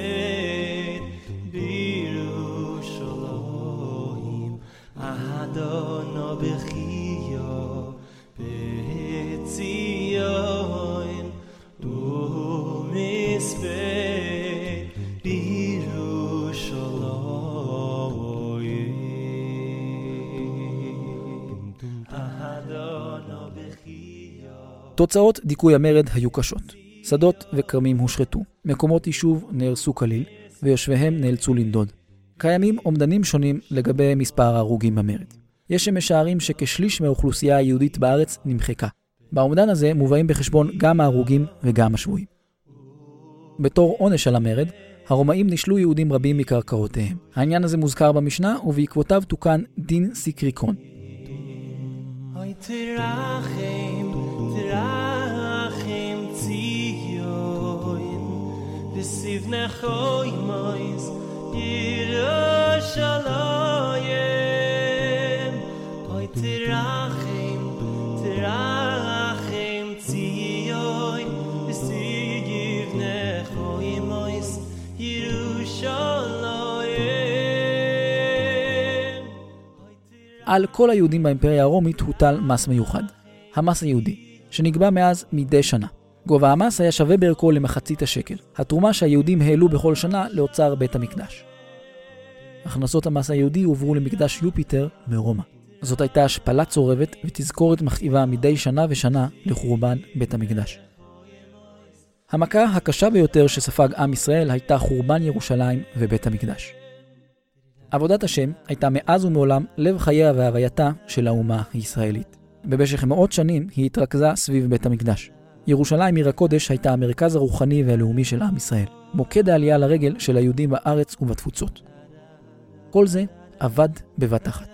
מספד בירושלים אדונו בחיו בציון ומספד בירושלים אדונו בחיו. תוצאות דיכוי המרד היו קשות. שדות וכרמים הושחתו, מקומות יישוב נהרסו כליל, ויושביהם נאלצו לנדוד. קיימים אומדנים שונים לגבי מספר ההרוגים במרד. יש שמשערים שכשליש מהאוכלוסייה היהודית בארץ נמחקה. באומדן הזה מובאים בחשבון גם ההרוגים וגם השבויים. בתור עונש על המרד, הרומאים נשלו יהודים רבים מקרקעותיהם. העניין הזה מוזכר במשנה, ובעקבותיו תוקן דין סיקריקון. אוי תרחם, תרחם ציון, וסבנך אוי מויס ירושלים. אוי תרחם, תרחם ציון, וסבנך אוי מויס ירושלים. על כל היהודים באימפריה הרומית הוטל מס מיוחד, המס היהודי, שנקבע מאז מדי שנה. גובה המס היה שווה בערכו למחצית השקל, התרומה שהיהודים העלו בכל שנה לאוצר בית המקדש. הכנסות המס היהודי הועברו למקדש יופיטר מרומא. זאת הייתה השפלה צורבת ותזכורת מכאיבה מדי שנה ושנה לחורבן בית המקדש. המכה הקשה ביותר שספג עם ישראל הייתה חורבן ירושלים ובית המקדש. עבודת השם הייתה מאז ומעולם לב חייה והווייתה של האומה הישראלית. במשך מאות שנים היא התרכזה סביב בית המקדש. ירושלים עיר הקודש הייתה המרכז הרוחני והלאומי של עם ישראל, מוקד העלייה לרגל של היהודים בארץ ובתפוצות. כל זה עבד בבת אחת.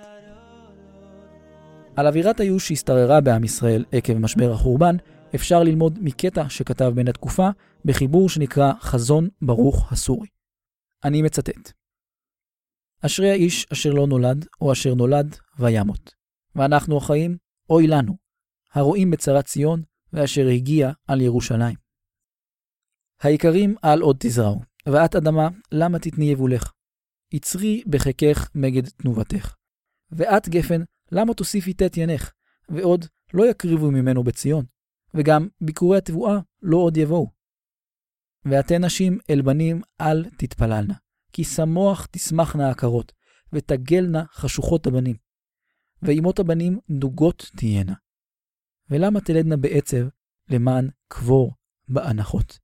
על אווירת הייאוש שהשתררה בעם ישראל עקב משבר החורבן, אפשר ללמוד מקטע שכתב בן התקופה בחיבור שנקרא חזון ברוך הסורי. אני מצטט: אשרי האיש אשר לא נולד או אשר נולד וימות, ואנחנו החיים אוי לנו, הרואים בצרת ציון ואשר הגיע על ירושלים. העיקרים על עוד תזרעו, ואת אדמה למה תתני יבולך? יצרי בחיקך מגד תנובתך. ואת גפן למה תוסיפי תת ינך? ועוד לא יקריבו ממנו בציון, וגם ביקורי התבואה לא עוד יבואו. ואתן נשים אל בנים אל תתפללנה, כי שמוח תשמחנה עקרות, ותגלנה חשוכות הבנים. ואימות הבנים נוגות תהיינה. ולמה תלדנה בעצב למען קבור באנחות?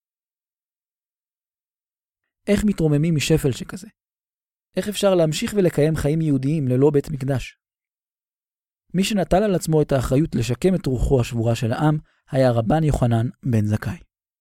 איך מתרוממים משפל שכזה? איך אפשר להמשיך ולקיים חיים יהודיים ללא בית מקדש? מי שנטל על עצמו את האחריות לשקם את רוחו השבורה של העם היה רבן יוחנן בן זכאי.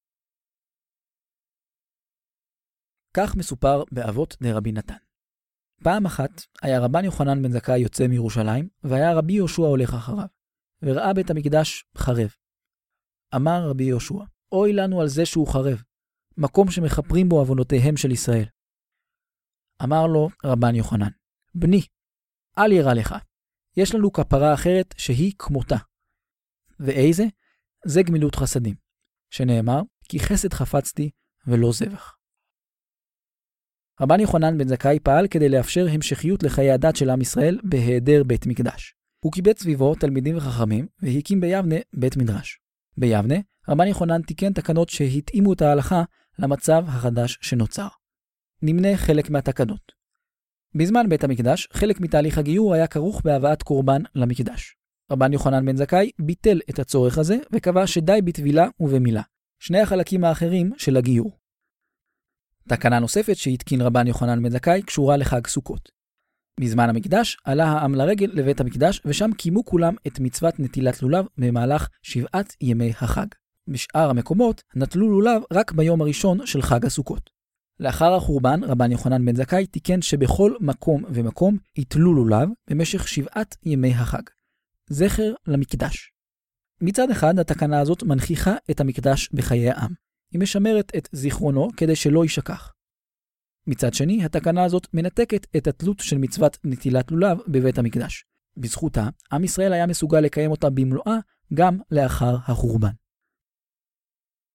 כך מסופר באבות דרבי נתן. פעם אחת היה רבן יוחנן בן זכאי יוצא מירושלים, והיה רבי יהושע הולך אחריו, וראה בית המקדש חרב. אמר רבי יהושע, אוי לנו על זה שהוא חרב, מקום שמחפרים בו עוונותיהם של ישראל. אמר לו רבן יוחנן, בני, אל ירא לך, יש לנו כפרה אחרת שהיא כמותה. ואיזה? זה גמילות חסדים, שנאמר, כי חסד חפצתי ולא זבח. רבן יוחנן בן זכאי פעל כדי לאפשר המשכיות לחיי הדת של עם ישראל בהיעדר בית מקדש. הוא קיבץ סביבו תלמידים וחכמים והקים ביבנה בית מדרש. ביבנה, רבן יוחנן תיקן תקנות שהתאימו את ההלכה למצב החדש שנוצר. נמנה חלק מהתקנות. בזמן בית המקדש, חלק מתהליך הגיור היה כרוך בהבאת קורבן למקדש. רבן יוחנן בן זכאי ביטל את הצורך הזה וקבע שדי בטבילה ובמילה, שני החלקים האחרים של הגיור. תקנה נוספת שהתקין רבן יוחנן בן זכאי קשורה לחג סוכות. בזמן המקדש עלה העם לרגל לבית המקדש ושם קיימו כולם את מצוות נטילת לולב במהלך שבעת ימי החג. בשאר המקומות נטלו לולב רק ביום הראשון של חג הסוכות. לאחר החורבן רבן יוחנן בן זכאי תיקן שבכל מקום ומקום יטלו לולב במשך שבעת ימי החג. זכר למקדש. מצד אחד התקנה הזאת מנכיחה את המקדש בחיי העם. היא משמרת את זיכרונו כדי שלא יישכח. מצד שני, התקנה הזאת מנתקת את התלות של מצוות נטילת לולב בבית המקדש. בזכותה, עם ישראל היה מסוגל לקיים אותה במלואה גם לאחר החורבן.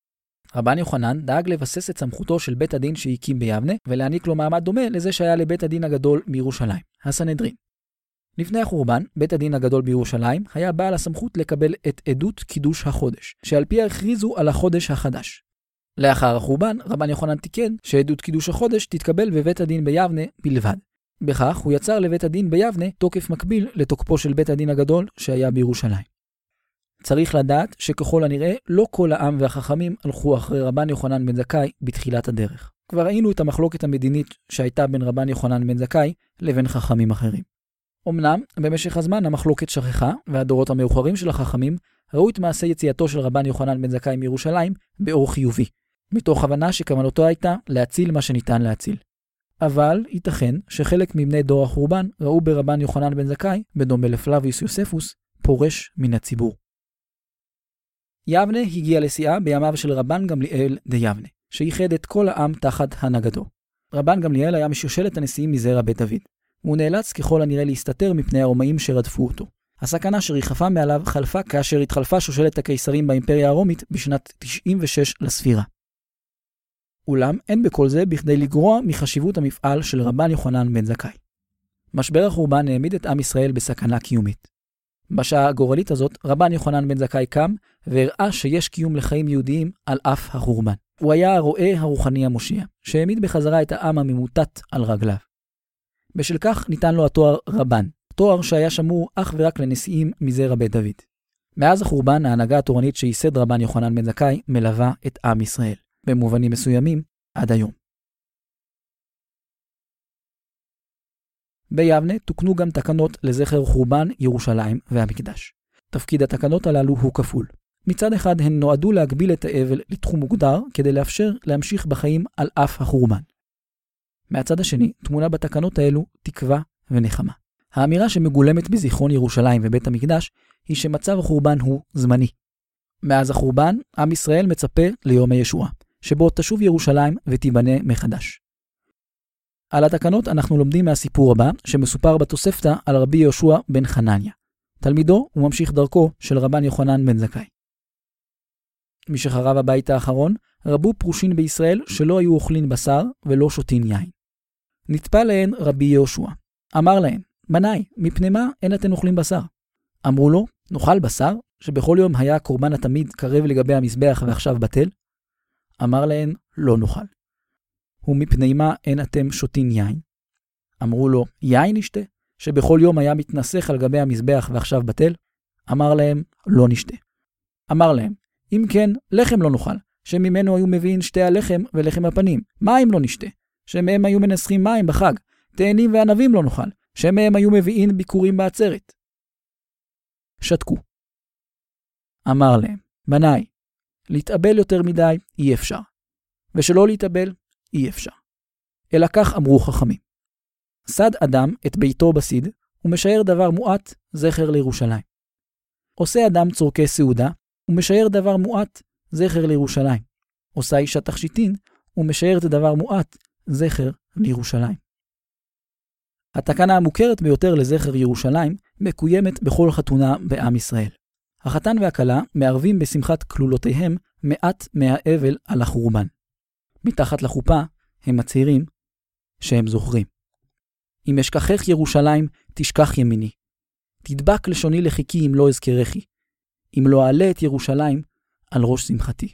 רבן יוחנן דאג לבסס את סמכותו של בית הדין שהקים ביבנה, ולהעניק לו מעמד דומה לזה שהיה לבית הדין הגדול בירושלים, הסנהדרין. לפני החורבן, בית הדין הגדול בירושלים היה בעל הסמכות לקבל את עדות קידוש החודש, שעל פיה הכריזו על החודש החדש. לאחר החורבן, רבן יוחנן תיקן שעדות קידוש החודש תתקבל בבית הדין ביבנה בלבד. בכך הוא יצר לבית הדין ביבנה תוקף מקביל לתוקפו של בית הדין הגדול שהיה בירושלים. צריך לדעת שככל הנראה לא כל העם והחכמים הלכו אחרי רבן יוחנן בן זכאי בתחילת הדרך. כבר ראינו את המחלוקת המדינית שהייתה בין רבן יוחנן בן זכאי לבין חכמים אחרים. אמנם, במשך הזמן המחלוקת שכחה, והדורות המאוחרים של החכמים ראו את מעשה יציאתו של רבן יוחנן בן זכאי מירושלים באור חיובי, מתוך הבנה שכוונתו הייתה להציל מה שניתן להציל. אבל ייתכן שחלק מבני דור החורבן ראו ברבן יוחנן בן זכאי, בדומה לפלביוס יוספוס, פורש מן הציבור. יבנה הגיע לשיאה בימיו של רבן גמליאל דיבנה, שייחד את כל העם תחת הנהגתו. רבן גמליאל היה משושלת הנשיאים מזרע בית דוד. הוא נאלץ ככל הנראה להסתתר מפני הרומאים שרדפו אותו. הסכנה שריחפה מעליו חלפה כאשר התחלפה שושלת הקיסרים באימפריה הרומית בשנת תשעים ושש לספירה. אולם אין בכל זה בכדי לגרוע מחשיבות המפעל של רבן יוחנן בן זכאי. משבר החורבן העמיד את עם ישראל בסכנה קיומית. בשעה הגורלית הזאת, רבן יוחנן בן זכאי קם והראה שיש קיום לחיים יהודיים על אף החורבן. הוא היה הרועה הרוחני המושיע, שהעמיד בחזרה את העם הממוטט על רגליו. בשל כך ניתן לו התואר רבן, תואר שהיה שמור אך ורק לנשיאים מזרע בית דוד. מאז החורבן, ההנהגה התורנית שייסד רבן יוחנן בן זכאי מלווה את עם ישראל, במובנים מסוימים עד היום. ביבנה תוקנו גם תקנות לזכר חורבן ירושלים והמקדש. תפקיד התקנות הללו הוא כפול. מצד אחד הן נועדו להגביל את האבל לתחום מוגדר כדי לאפשר להמשיך בחיים על אף החורבן. מהצד השני, תמונה בתקנות האלו תקווה ונחמה. האמירה שמגולמת בזיכרון ירושלים ובית המקדש היא שמצב החורבן הוא זמני. מאז החורבן, עם ישראל מצפה ליום הישועה, שבו תשוב ירושלים ותיבנה מחדש. על התקנות אנחנו לומדים מהסיפור הבא שמסופר בתוספתא על רבי יהושע בן חנניה. תלמידו וממשיך דרכו של רבן יוחנן בן זכאי. משחרב הבית האחרון, רבו פרושין בישראל שלא היו אוכלין בשר ולא שותין יין. נטפל להן רבי יהושע. אמר להן, בניי, מפני מה אין אתן אוכלים בשר? אמרו לו, נאכל בשר, שבכל יום היה קורבן התמיד קרב לגבי המזבח ועכשיו בטל? אמר להן, לא נאכל. ומפני מה אין אתם שותין יין? אמרו לו, יין נשתה, שבכל יום היה מתנסח על גבי המזבח ועכשיו בטל? אמר להם, לא נשתה. אמר להם, אם כן, לחם לא נאכל, שממנו היו מביאים שתי הלחם ולחם הפנים. מים לא נשתה, שמהם היו מנסחים מים בחג. תאנים וענבים לא נאכל, שמהם היו מביאים ביקורים בעצרת. שתקו. אמר להם, בניי, להתאבל יותר מדי אי אפשר, ושלא להתאבל אי אפשר. אלא כך אמרו חכמים. סד אדם את ביתו בסיד, ומשאר דבר מועט זכר לירושלים. עושה אדם צורכי סעודה, ומשאר דבר מועט זכר לירושלים. עושה אישה תכשיטין, ומשארת דבר מועט זכר לירושלים. התקנה המוכרת ביותר לזכר ירושלים מקוימת בכל חתונה בעם ישראל. החתן והכלה מערבים בשמחת כלולותיהם מעט מהאבל על החורבן. מתחת לחופה הם מצהירים שהם זוכרים. אם אשכחך ירושלים תשכח ימיני. תדבק לשוני לחיקי אם לא אזכרכי. אם לא אעלה את ירושלים על ראש שמחתי.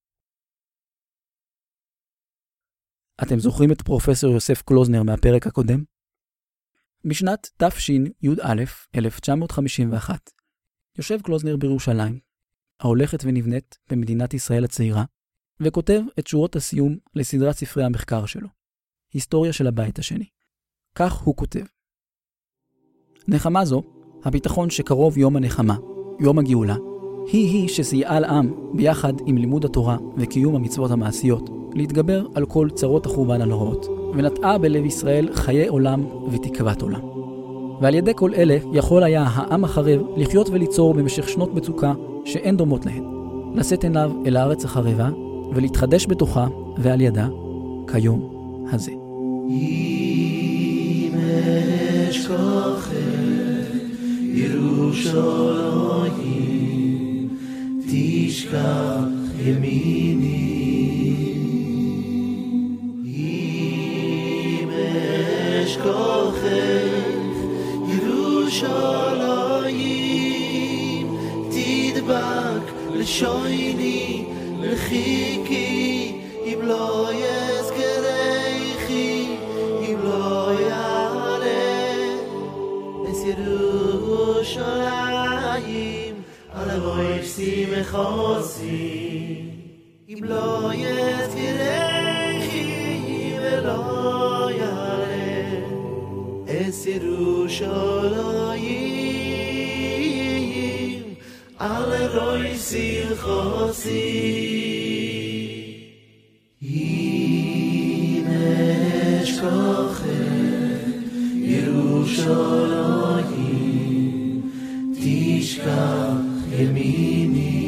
אתם זוכרים את פרופסור יוסף קלוזנר מהפרק הקודם? בשנת תשי"א אלף תשע מאות חמישים ואחת יושב קלוזנר בירושלים, ההולכת ונבנית במדינת ישראל הצעירה, וכותב את שורות הסיום לסדרת ספרי המחקר שלו, היסטוריה של הבית השני. כך הוא כותב: נחמה זו, הביטחון שקרוב יום הנחמה, יום הגאולה, היא-היא שסייעה לעם ביחד עם לימוד התורה וקיום המצוות המעשיות, להתגבר על כל צרות החורבן הנוראות, ונטעה בלב ישראל חיי עולם ותקוות עולם. ועל ידי כל אלה יכול היה העם החרב לחיות וליצור במשך שנות מצוקה שאין דומות להן, לשאת עיניו אל הארץ החרבה ולהתחדש בתוכה ועל ידה כיום הזה. אם אשכחך ירושלים תשכח ימיני אם אשכחך ירושלים תדבק לשויני לחיקי אם לא יזכרכי אם לא יעלה אס ירושלים על הראש שמחוסי אם לא יזכרכי ולא יעלה אס ירושלים על הראש שמחוסי אם אשכחך ירושלים תשכח ימיני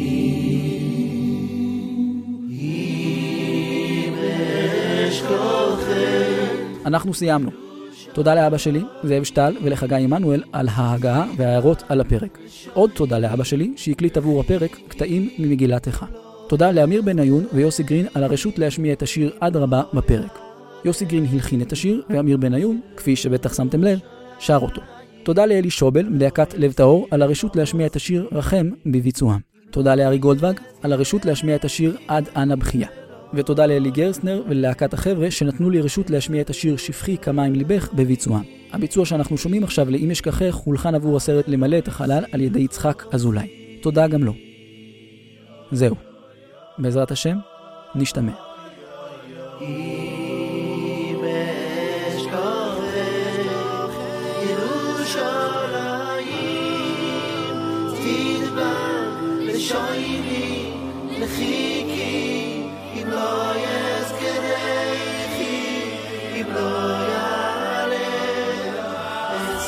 אם אשכחך. אנחנו סיימנו. תודה לאבא שלי, זאב שטל, ולחגי עמנואל על ההגעה וההערות על הפרק. עוד תודה לאבא שלי שהקליט עבור הפרק קטעים ממגילת איכה. תודה לאמיר בניון ויוסי גרין על הרשות להשמיע את השיר עד רבה בפרק. יוסי גרין הלחין את השיר, ואמיר בניון, כפי שבטח שמתם לב, שר אותו. תודה לאלי שובל מלהקת לב טהור על הרשות להשמיע את השיר רחם בביצועם. תודה לארי גולדוואג על הרשות להשמיע את השיר עד אנה בחייה. ותודה לאלי גרסנר וללהקת החבר'ה שנתנו לי רשות להשמיע את השיר שפחי כמים ליבך בביצועם. הביצוע שאנחנו שומעים עכשיו לאם אשכחך הולחן עבור הסרט למלא את החלל על ידי יצחק אזולאי. תודה גם לו. זהו. בעזרת השם, נשתמע. אם אשכחך ירושלים תדבק לשויני לחיקי אם לא יזכרכי אם לא יעלה אס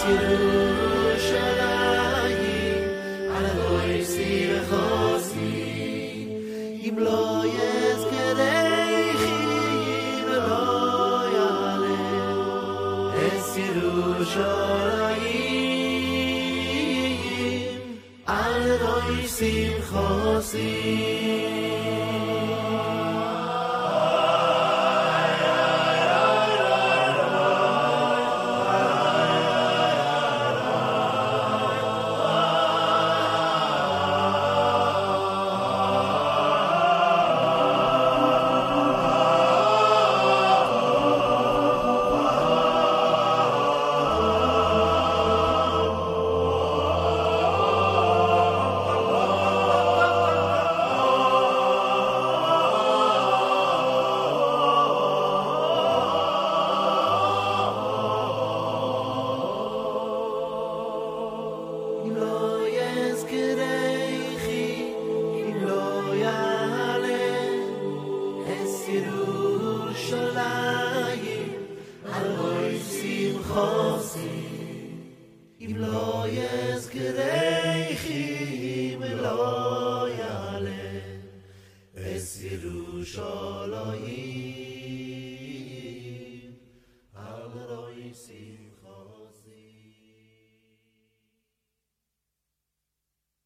ירושלים על הראש שמחוסי אם לא יזכרכי ולא יעלה אס ירושלים על הראש שמחוסי. אם לא יזכרכי ולא יעלה אס ירושלים על ראש שמחוסי